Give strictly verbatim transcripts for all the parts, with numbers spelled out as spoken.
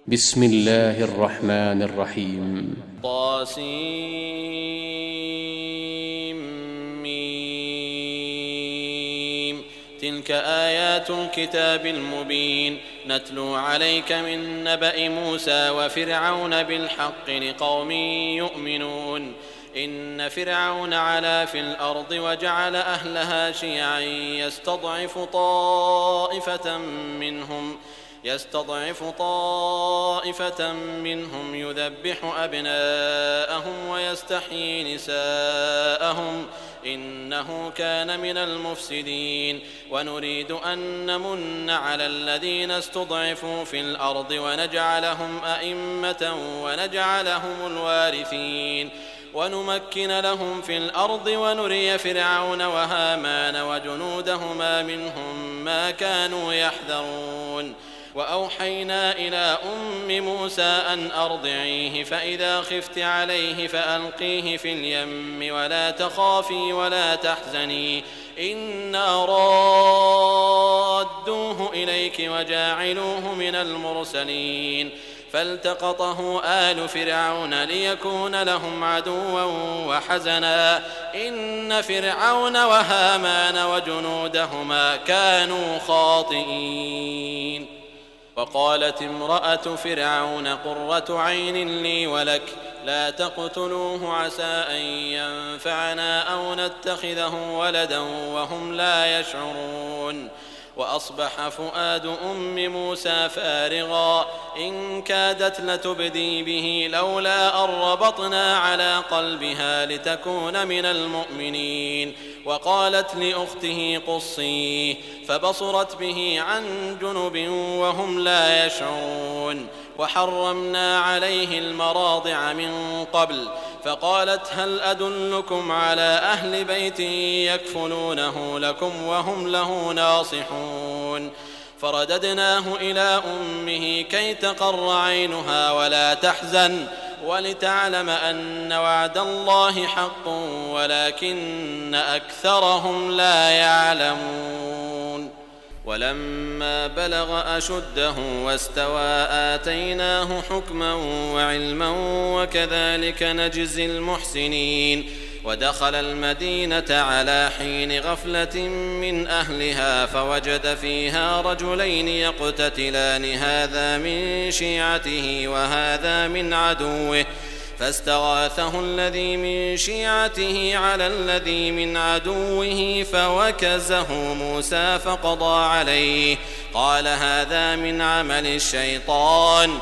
بسم الله الرحمن الرحيم. طاسيم. تلك آيات الكتاب المبين نتلو عليك من نبأ موسى وفرعون بالحق لقوم يؤمنون. إن فرعون علا في الأرض وجعل أهلها شيعا يستضعف طائفة منهم يستضعف طائفة منهم يذبح أبناءهم ويستحيي نساءهم إنه كان من المفسدين. ونريد أن نمن على الذين استضعفوا في الأرض ونجعلهم أئمة ونجعلهم الوارثين ونمكن لهم في الأرض ونري فرعون وهامان وجنودهما منهم ما كانوا يحذرون. وأوحينا إلى أم موسى أن أرضعيه فإذا خفت عليه فألقيه في اليم ولا تخافي ولا تحزني إنا رادوه إليك وجاعلوه من المرسلين. فالتقطه آل فرعون ليكون لهم عدوا وحزنا إن فرعون وهامان وجنودهما كانوا خاطئين. وقالت امرأة فرعون قرة عين لي ولك لا تقتلوه عسى أن ينفعنا أو نتخذه ولدا وهم لا يشعرون. وأصبح فؤاد أم موسى فارغا إن كادت لتبدي به لولا أن ربطنا على قلبها لتكون من المؤمنين. وقالت لأخته قصيه فبصرت به عن جنب وهم لا يشعرون. وحرمنا عليه المراضع من قبل فقالت هل أدلكم على أهل بيت يكفلونه لكم وهم له ناصحون. فرددناه إلى أمه كي تقر عينها ولا تحزن ولتعلم أن وعد الله حق ولكن أكثرهم لا يعلمون. ولما بلغ أشده واستوى آتيناه حكما وعلما وكذلك نجزي المحسنين. ودخل المدينة على حين غفلة من أهلها فوجد فيها رجلين يقتتلان هذا من شيعته وهذا من عدوه فاستغاثه الذي من شيعته على الذي من عدوه فوكزه موسى فقضى عليه قال هذا من عمل الشيطان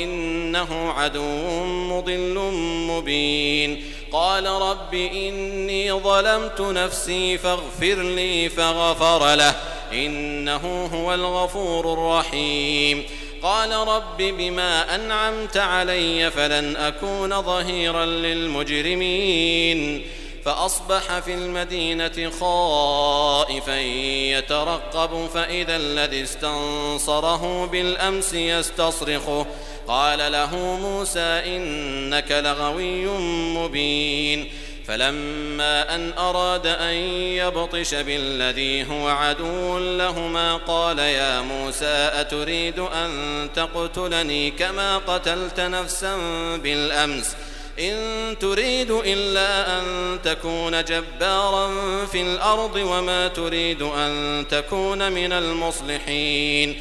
إنه عدو مضل مبين. قال رب إني ظلمت نفسي فاغفر لي فغفر له إنه هو الغفور الرحيم. قال رب بما أنعمت علي فلن أكون ظهيرا للمجرمين. فأصبح في المدينة خائفا يترقب فإذا الذي استنصره بالأمس يستصرخه قال له موسى إنك لغوي مبين. فلما أن أراد أن يبطش بالذي هو عدو لهما قال يا موسى أتريد أن تقتلني كما قتلت نفسا بالأمس إن تريد إلا أن تكون جبارا في الأرض وما تريد أن تكون من المصلحين.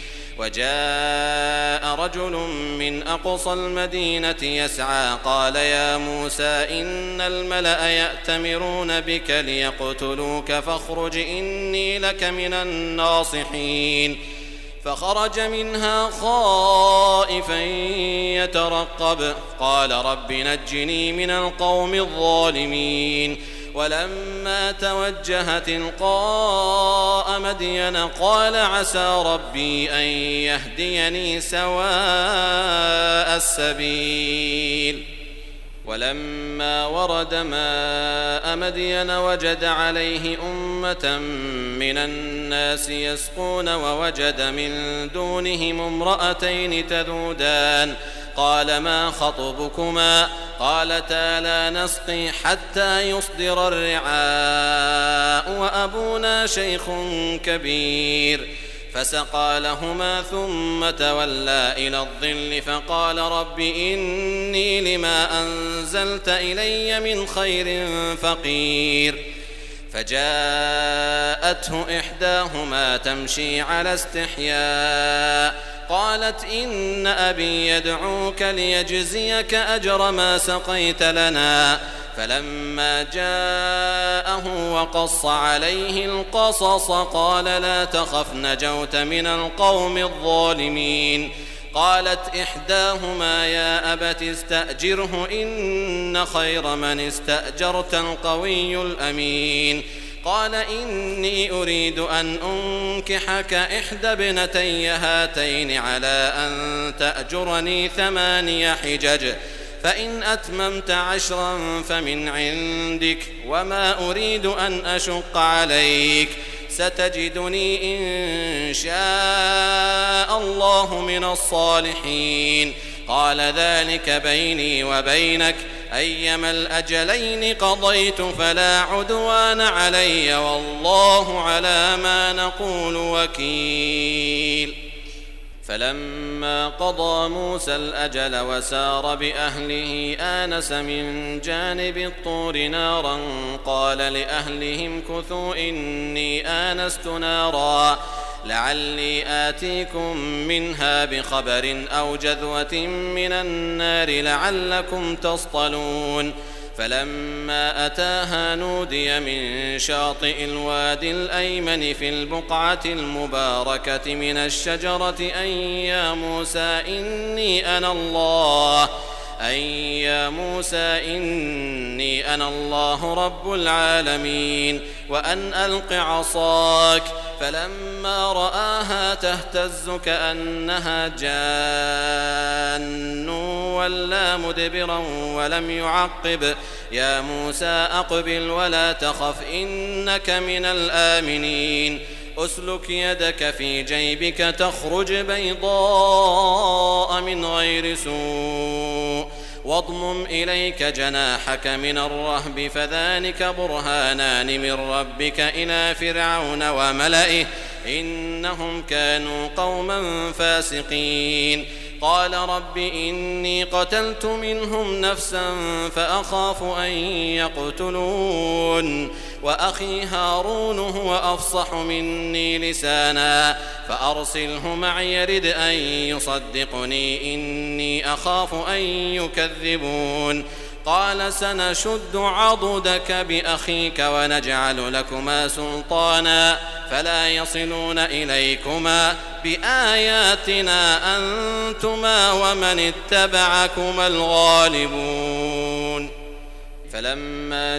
وجاء رجل من أقصى المدينة يسعى قال يا موسى إن الملأ يأتمرون بك ليقتلوك فاخرج إني لك من الناصحين. فخرج منها خائفا يترقب قال رب نجني من القوم الظالمين. ولما توجه تلقاء مدين قال عسى ربي أن يهديني سواء السبيل. ولما ورد ماء مدين وجد عليه أمة من الناس يسقون ووجد من دونهم امرأتين تذودان قال ما خطبكما قالتا لا نسقي حتى يصدر الرعاء وأبونا شيخ كبير فسقى لهما ثم تولى إلى الظل فقال رب إني لما أنزلت إلي من خير فقير. فجاءته إحداهما تمشي على استحياء قالت إن أبي يدعوك ليجزيك أجر ما سقيت لنا. فلما جاءه وقص عليه القصص قال لا تخف نجوت من القوم الظالمين. قالت إحداهما يا أبت استأجره إن خير من استأجرت القوي الأمين. قال إني أريد أن أنكحك إحدى ابنتي هاتين على أن تأجرني ثماني حجج فإن أتممت عشرا فمن عندك وما أريد أن أشق عليك ستجدني إن شاء الله من الصالحين. قال ذلك بيني وبينك أيما الأجلين قضيت فلا عدوان علي والله على ما نقول وكيل. فلما قضى موسى الأجل وسار بأهله آنس من جانب الطور نارا قال لأهلهم كثوا إني آنست نارا لعلي آتيكم منها بخبر أو جذوة من النار لعلكم تصطلون. فلما أتاها نودي من شاطئ الوادي الأيمن في البقعة المباركة من الشجرة أن يا موسى إني أنا الله أن يا موسى إني أنا الله رب العالمين وأن ألق عصاك. فلما رآها تهتز كأنها جان ولا مدبرا ولم يعقب يا موسى أقبل ولا تخف إنك من الآمنين. أسلك يدك في جيبك تخرج بيضاء من غير سوء واضمم إليك جناحك من الرهب فذلك برهانان من ربك إلى فرعون وملئه إنهم كانوا قوما فاسقين. قال رب إني قتلت منهم نفسا فأخاف أن يقتلون وأخي هارون هو أفصح مني لسانا فأرسله معي يرد أن يصدقني إني أخاف أن يكذبون. قال سنشد عضدك بأخيك ونجعل لكما سلطانا فلا يصلون إليكما بآياتنا أنتما ومن اتبعكما الغالبون. فلما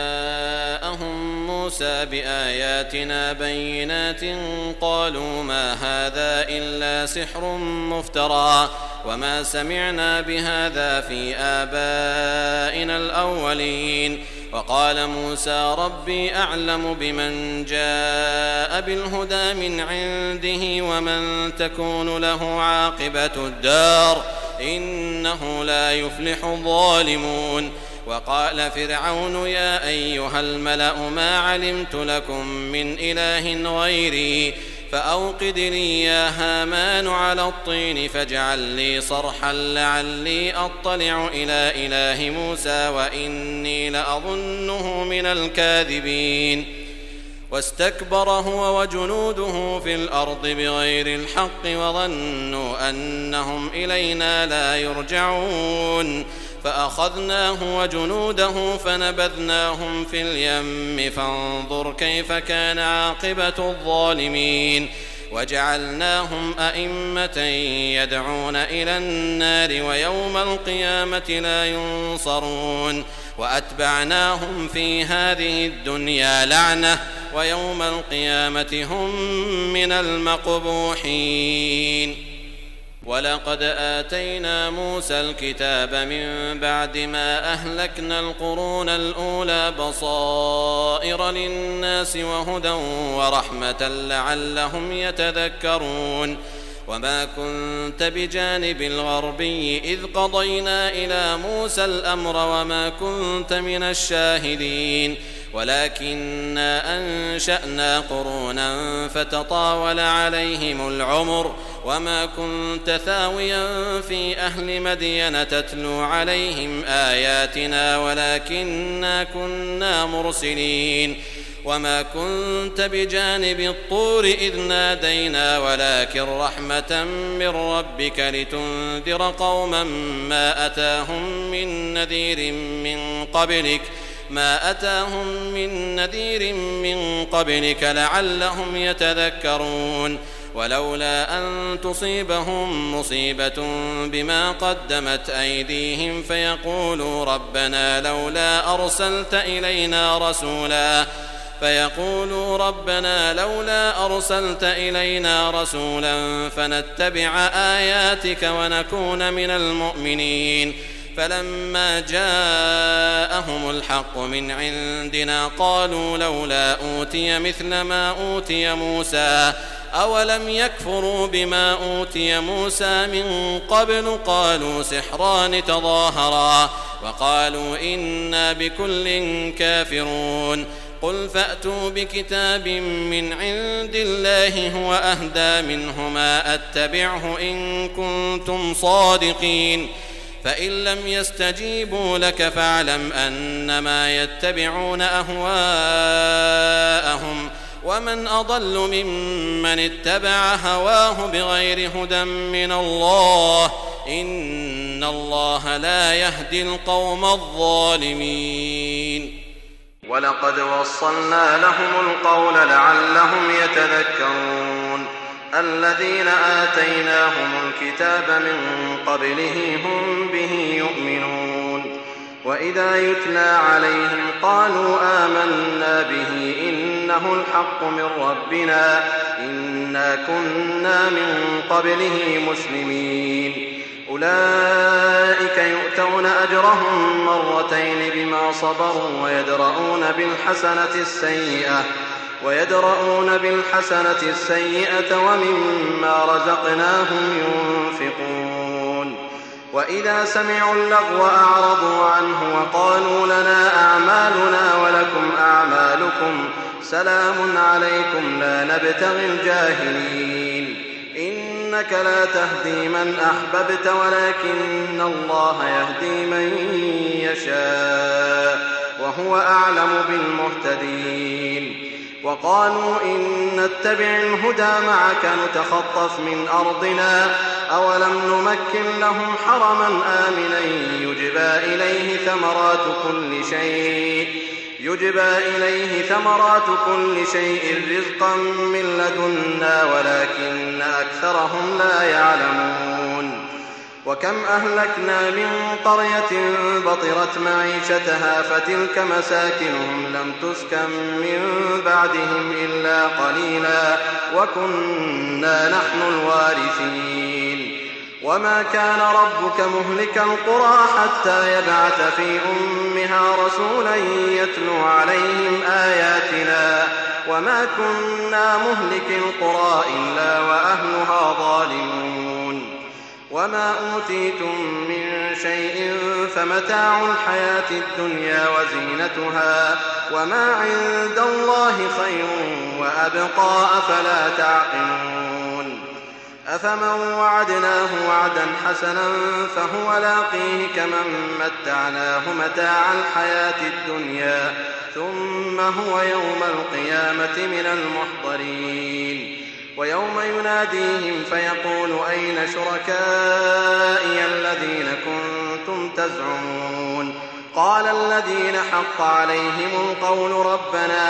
جاءهم موسى بآياتنا بينات قالوا ما هذا إلا سحر مفترى وما سمعنا بهذا في آبائنا الأولين. وقال موسى ربي أعلم بمن جاء بالهدى من عنده ومن تكون له عاقبة الدار إنه لا يفلح الظالمون. وقال فرعون يا أيها الملأ ما علمت لكم من إله غيري فأوقد لي يا هامان على الطين فاجعل لي صرحا لعلي أطلع إلى إله موسى وإني لأظنه من الكاذبين. واستكبر هو وجنوده في الأرض بغير الحق وظنوا أنهم إلينا لا يرجعون فأخذناه وجنوده فنبذناهم في اليم فانظر كيف كان عاقبة الظالمين. وجعلناهم أئمة يدعون إلى النار ويوم القيامة لا ينصرون. وأتبعناهم في هذه الدنيا لعنة ويوم القيامة هم من المقبوحين. ولقد آتينا موسى الكتاب من بعد ما أهلكنا القرون الأولى بصائر للناس وهدى ورحمة لعلهم يتذكرون. وما كنت بجانب الغربي إذ قضينا إلى موسى الأمر وما كنت من الشاهدين ولكننا أنشأنا قرونا فتطاول عليهم العمر وما كنت ثاويا في أهل مدين تتلو عليهم آياتنا ولكننا كنا مرسلين وما كنت بجانب الطور إذ نادينا ولكن رحمة من ربك لتنذر قوما ما أتاهم من نذير من قبلك ما أتاهم من نذير من قبلك لعلهم يتذكرون ولولا أن تصيبهم مصيبة بما قدمت أيديهم فيقولوا ربنا لولا أرسلت إلينا رسولا فيقولوا ربنا لولا أرسلت إلينا رسولا فنتبع آياتك ونكون من المؤمنين فلما جاءهم الحق من عندنا قالوا لولا أوتي مثل ما أوتي موسى أولم يكفروا بما أوتي موسى من قبل قالوا سحران تظاهرا وقالوا إنا بكل كافرون قل فأتوا بكتاب من عند الله هو أهدى منهما أتبعه إن كنتم صادقين فإن لم يستجيبوا لك فاعلم أنما يتبعون أهواءهم ومن أضل ممن اتبع هواه بغير هدى من الله إن الله لا يهدي القوم الظالمين ولقد وصلنا لهم القول لعلهم يتذكرون الذين آتيناهم الكتاب من قبله هم به يؤمنون وإذا يتلى عليهم قالوا آمنا به إنه الحق من ربنا إنا كنا من قبله مسلمين أولئك يؤتون أجرهم مرتين بما صبروا ويدرؤون بالحسنة السيئة ويدرؤون بالحسنة السيئة ومما رزقناهم ينفقون وإذا سمعوا اللغو أعرضوا عنه وقالوا لنا أعمالنا ولكم أعمالكم سلام عليكم لا نبتغي الجاهلين إنك لا تهدي من أحببت ولكن الله يهدي من يشاء وهو أعلم بالمهتدين وقالوا إن نتبع الهدى معك نتخطف من أرضنا أولم نمكن لهم حرما آمنا يجبى إليه ثمرات كل شيء يجبى إليه ثمرات كل شيء رزقا من لدنا ولكن أكثرهم لا يعلمون وكم أهلكنا من قرية بطرت معيشتها فتلك مساكنهم لم تسكن من بعدهم إلا قليلا وكنا نحن الوارثين وما كان ربك مهلك القرى حتى يبعث في أمها رسولا يتلو عليهم آياتنا وما كنا مهلك القرى إلا وأهلها ظالمون وما أوتيتم من شيء فمتاع الحياة الدنيا وزينتها وما عند الله خير وأبقى أفلا تعقلون أفمن وعدناه وعدا حسنا فهو لاقيه كمن متعناه متاع الحياة الدنيا ثم هو يوم القيامة من المحضرين ويوم يناديهم فيقول أين شركائي الذين كنتم تزعمون قال الذين حق عليهم القول ربنا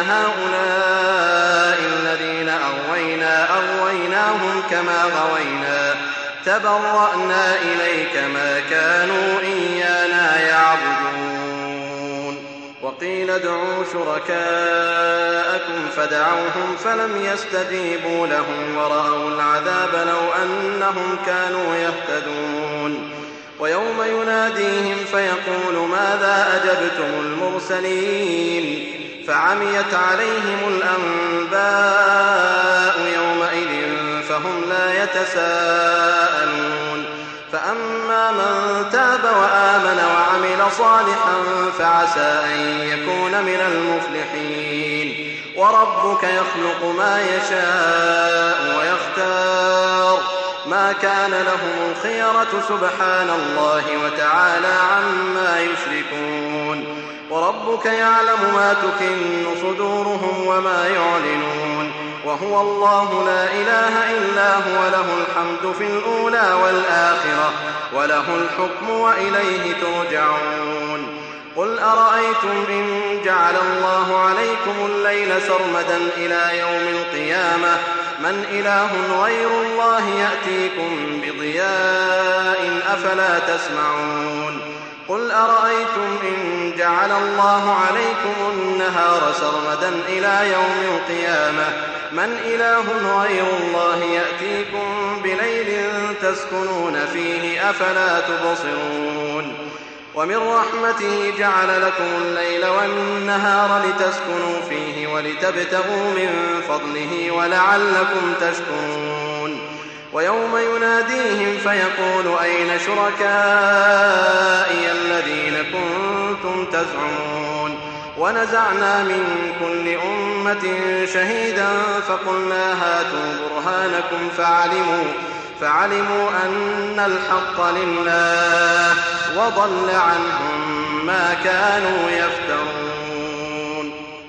هؤلاء الذين أغوينا أغويناهم كما غوينا تبرأنا إليك ما كانوا إيانا يعبدون وقيل ادعوا شركاءكم فدعوهم فلم يستجيبوا لهم ورأوا العذاب لو أنهم كانوا يهتدون ويوم يناديهم فيقول ماذا أجبتم المرسلين فعميت عليهم الأنباء يومئذ فهم لا يتساءلون فأما من تاب وآمن وعمل صالحا فعسى أن يكون من المفلحين وربك يخلق ما يشاء ويختار ما كان لهم الخيرة سبحان الله وتعالى عما يشركون وربك يعلم ما تكن صدورهم وما يعلنون وهو الله لا إله إلا هو له الحمد في الأولى والآخرة وله الحكم وإليه ترجعون قل أرأيتم إن جعل الله عليكم الليل سرمدا إلى يوم القيامة من إله غير الله يأتيكم بضياء أفلا تسمعون قل أرأيتم إن جعل الله عليكم النهار سرمدا إلى يوم القيامة من إله غير الله يأتيكم بليل تسكنون فيه أفلا تبصرون ومن رحمته جعل لكم الليل والنهار لتسكنوا فيه ولتبتغوا من فضله ولعلكم تشكرون ويوم يناديهم فيقول أين شركائي الذين كنتم تزعمون ونزعنا من كل أمة شهيدا فقلنا هاتوا برهانكم فعلموا فعلموا أن الحق لله وضل عنهم ما كانوا يفترون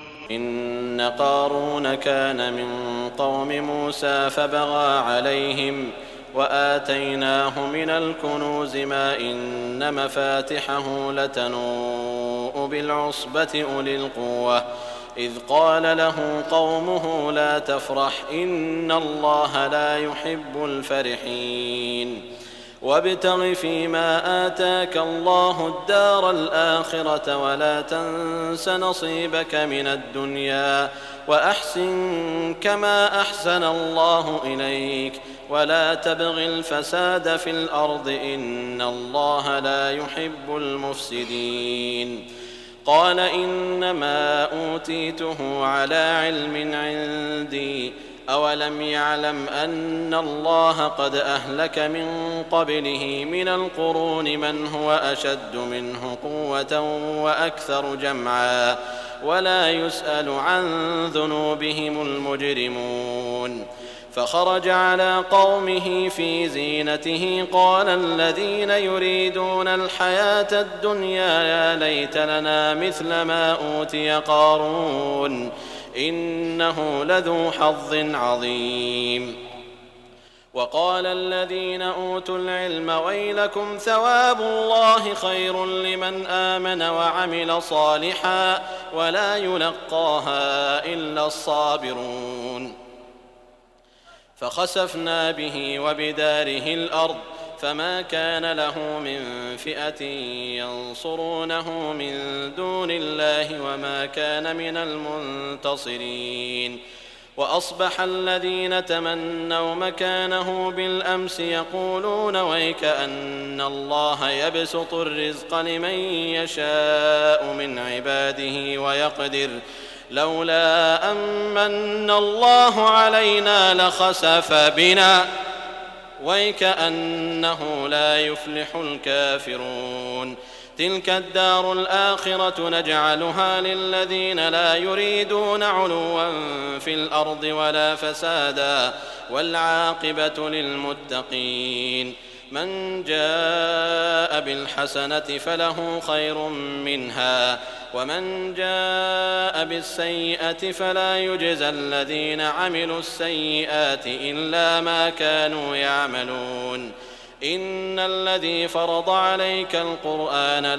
إن قارون كان من قوم موسى فبغى عليهم وآتيناه من الكنوز ما إن مفاتحه لتنوء بالعصبة أولي القوة إذ قال له قومه لا تفرح إن الله لا يحب الفرحين وابتغ فيما آتاك الله الدار الآخرة ولا تنس نصيبك من الدنيا وأحسن كما أحسن الله إليك ولا تبغ الفساد في الأرض إن الله لا يحب المفسدين قال إنما أوتيته على علم عندي أولم يعلم أن الله قد أهلك من قبله من القرون من هو أشد منه قوة وأكثر جمعا ولا يسأل عن ذنوبهم المجرمون فخرج على قومه في زينته قال الذين يريدون الحياة الدنيا يا ليت لنا مثل ما أوتي قارون إنه لذو حظ عظيم وقال الذين أوتوا العلم ويلكم ثواب الله خير لمن آمن وعمل صالحا ولا يلقاها إلا الصابرون فخسفنا به وبداره الأرض فما كان له من فئة ينصرونه من دون الله وما كان من المنتصرين وأصبح الذين تمنوا مكانه بالأمس يقولون ويكأن الله يبسط الرزق لمن يشاء من عباده ويقدر لولا أمن الله علينا لخسف بنا ويكأنه لا يفلح الكافرون تلك الدار الآخرة نجعلها للذين لا يريدون علوا في الأرض ولا فسادا والعاقبة للمتقين من جاء بالحسنة فله خير منها ومن جاء بالسيئة فلا يجزى الذين عملوا السيئات إلا ما كانوا يعملون إن الذي فرض عليك القرآن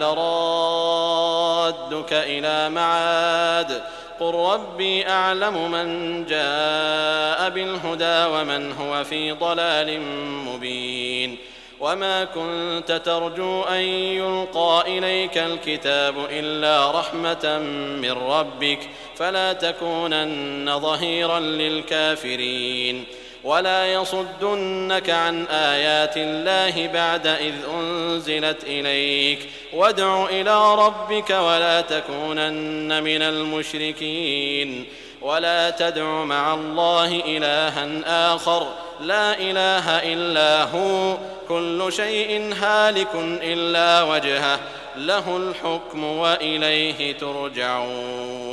لرادك إلى معاد قل ربي أعلم من جاء بالهدى ومن هو في ضلال مبين وما كنت ترجو أن يلقى إليك الكتاب إلا رحمة من ربك فلا تكونن ظهيرا للكافرين ولا يصدنك عن آيات الله بعد إذ أنزلت إليك وادع إلى ربك ولا تكونن من المشركين ولا تدع مع الله إلها آخر لا إله إلا هو كل شيء هالك إلا وجهه له الحكم وإليه ترجعون.